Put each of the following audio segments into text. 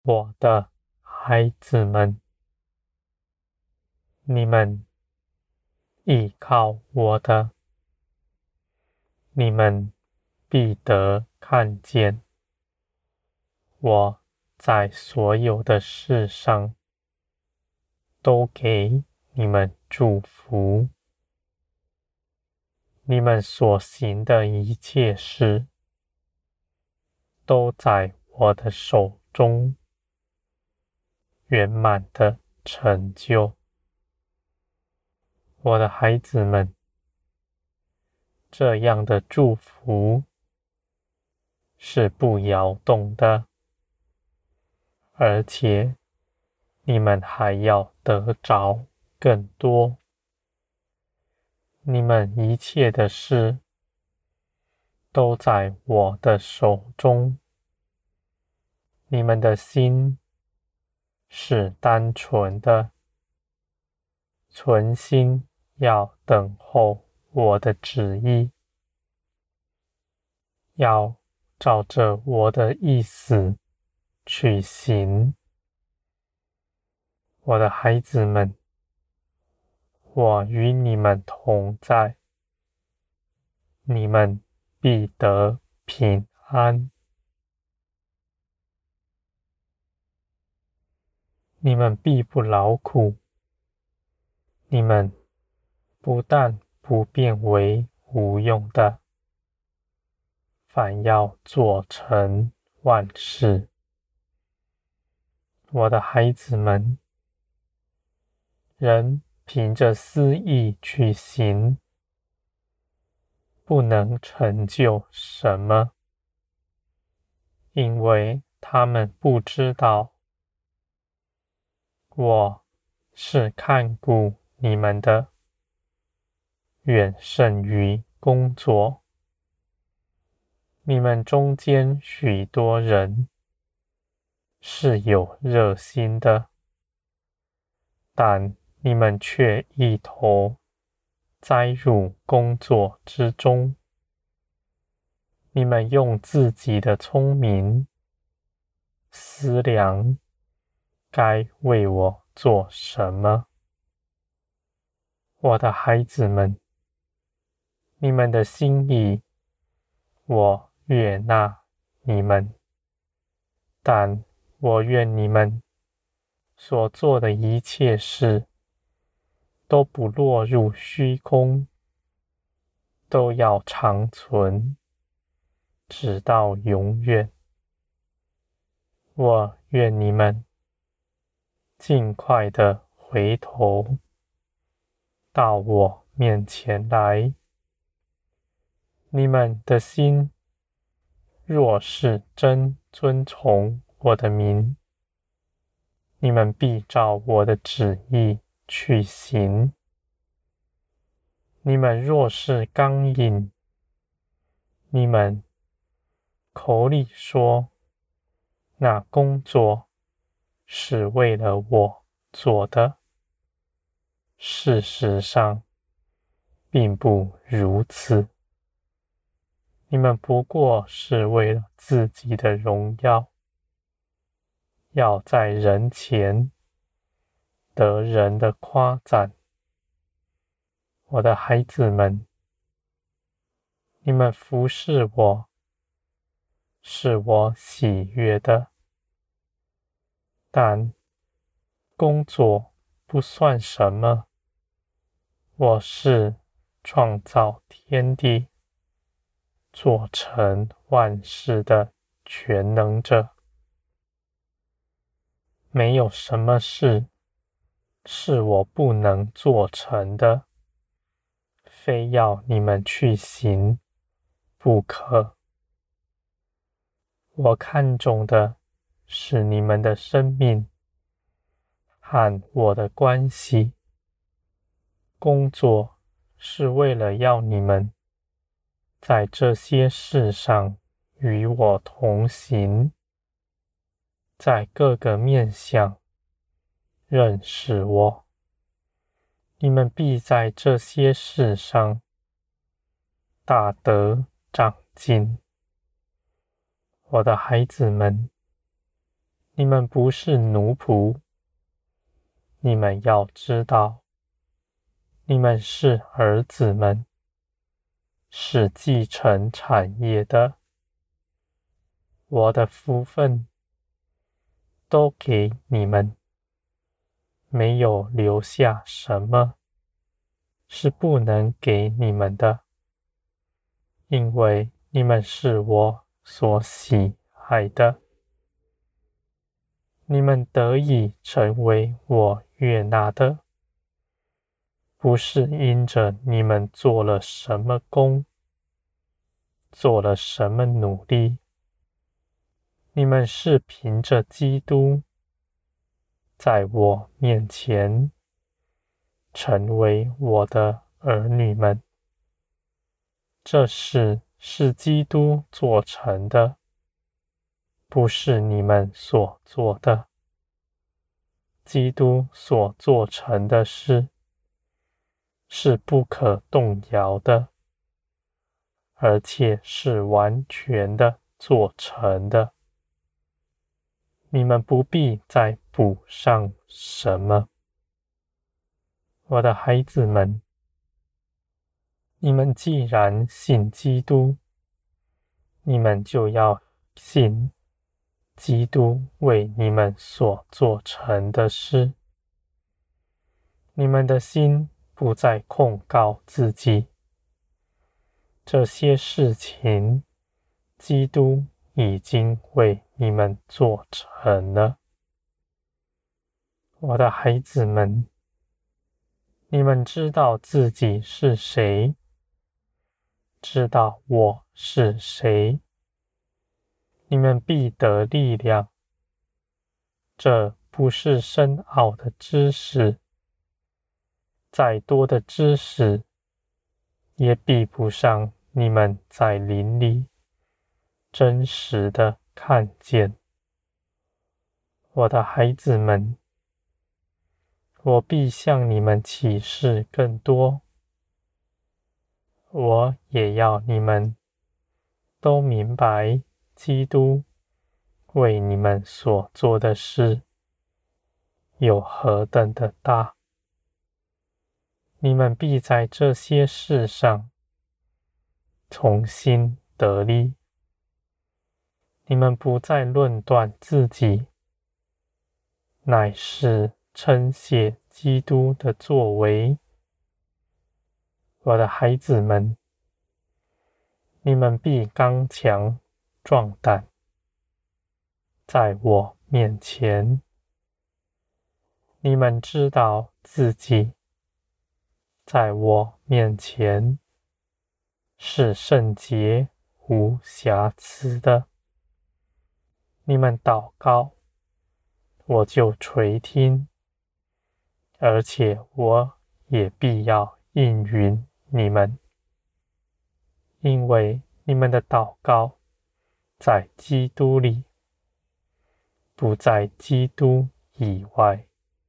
我的孩子们，你们依靠我的，你们必得看见我在所有的事上都给你们祝福。你们所行的一切事，都在我的手中圆满的成就。我的孩子们，这样的祝福是不摇动的，而且你们还要得着更多。你们一切的事都在我的手中。你们的心是单纯的，存心要等候我的旨意，要照着我的意思去行。我的孩子们，我与你们同在，你们必得平安。你们必不劳苦，你们不但不变为无用的，反要做成万事。我的孩子们，人凭着私意去行，不能成就什么，因为他们不知道我是看顾你们的，远胜于工作。你们中间许多人是有热心的，但你们却一头栽入工作之中。你们用自己的聪明思量该为我做什么。我的孩子们，你们的心意我悦纳你们，但我愿你们所做的一切事都不落入虚空，都要长存，直到永远。我愿你们尽快的回头到我面前来。你们的心若是真遵从我的名，你们必照我的旨意去行。你们若是刚硬，你们口里说那工作是为了我做的，事实上并不如此。你们不过是为了自己的荣耀，要在人前得人的夸赞。我的孩子们，你们服侍我，是我喜悦的，但工作不算什么。我是创造天地、做成万事的全能者，没有什么事是我不能做成的，非要你们去行不可。我看重的是你们的生命和我的关系。工作是为了要你们在这些事上与我同行，在各个面向认识我。你们必在这些事上大得长进。我的孩子们， 你们不是奴仆，你们要知道，你们是儿子们，是继承产业的。我的福分都给你们，没有留下什么是不能给你们的，因为你们是我所喜爱的。你们得以成为我悦纳的，不是因着你们做了什么工，做了什么努力，你们是凭着基督在我面前成为我的儿女们。这事是基督做成的，不是你们所做的。基督所做成的事是不可动摇的，而且是完全的做成的。你们不必再补上什么。我的孩子们，你们既然信基督，你们就要信基督为你们所做成的事。你们的心不再控告自己，这些事情基督已经为你们做成了。我的孩子们，你们知道自己是谁，知道我是谁，你们必得力量。这不是深奥的知识，再多的知识也比不上你们在灵里真实的看见。我的孩子们，我必向你们启示更多，我也要你们都明白基督为你们所做的事有何等的大。你们必在这些事上重新得力。你们不再论断自己，乃是称谢基督的作为。我的孩子们，你们必刚强壮胆，在我面前。你们知道自己在我面前是圣洁无瑕疵的。你们祷告，我就垂听，而且我也必要应允你们，因为你们的祷告在基督里，不在基督以外。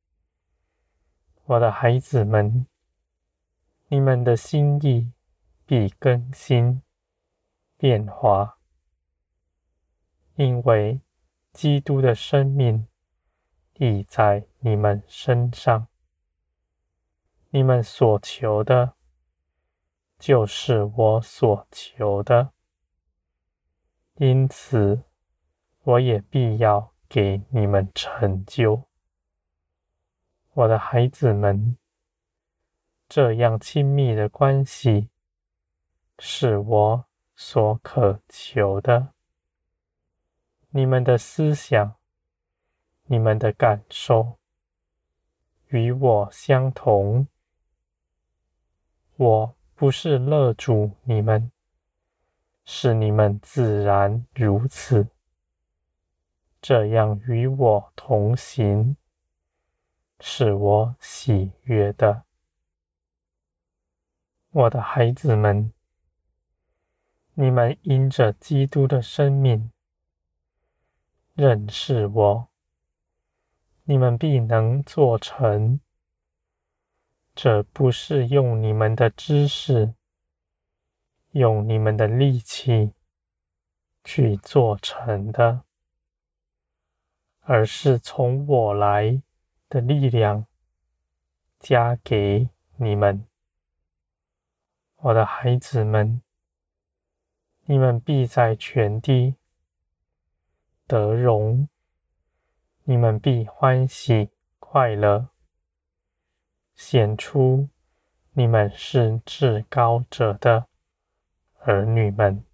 我的孩子们，你们的心意必更新变化，因为基督的生命已在你们身上。你们所求的，就是我所求的，因此我也必要给你们成就。我的孩子们，这样亲密的关系是我所渴求的。你们的思想，你们的感受与我相同。我不是勒住你们，是你们自然如此。这样与我同行，是我喜悦的。我的孩子们，你们因着基督的生命认识我，你们必能做成。这不是用你们的知识，用你们的力气去做成的， 而是从我来的力量加给你们。我的孩子们，你们必在全地得荣，你们必欢喜快乐，显出你们是至高者的儿女们。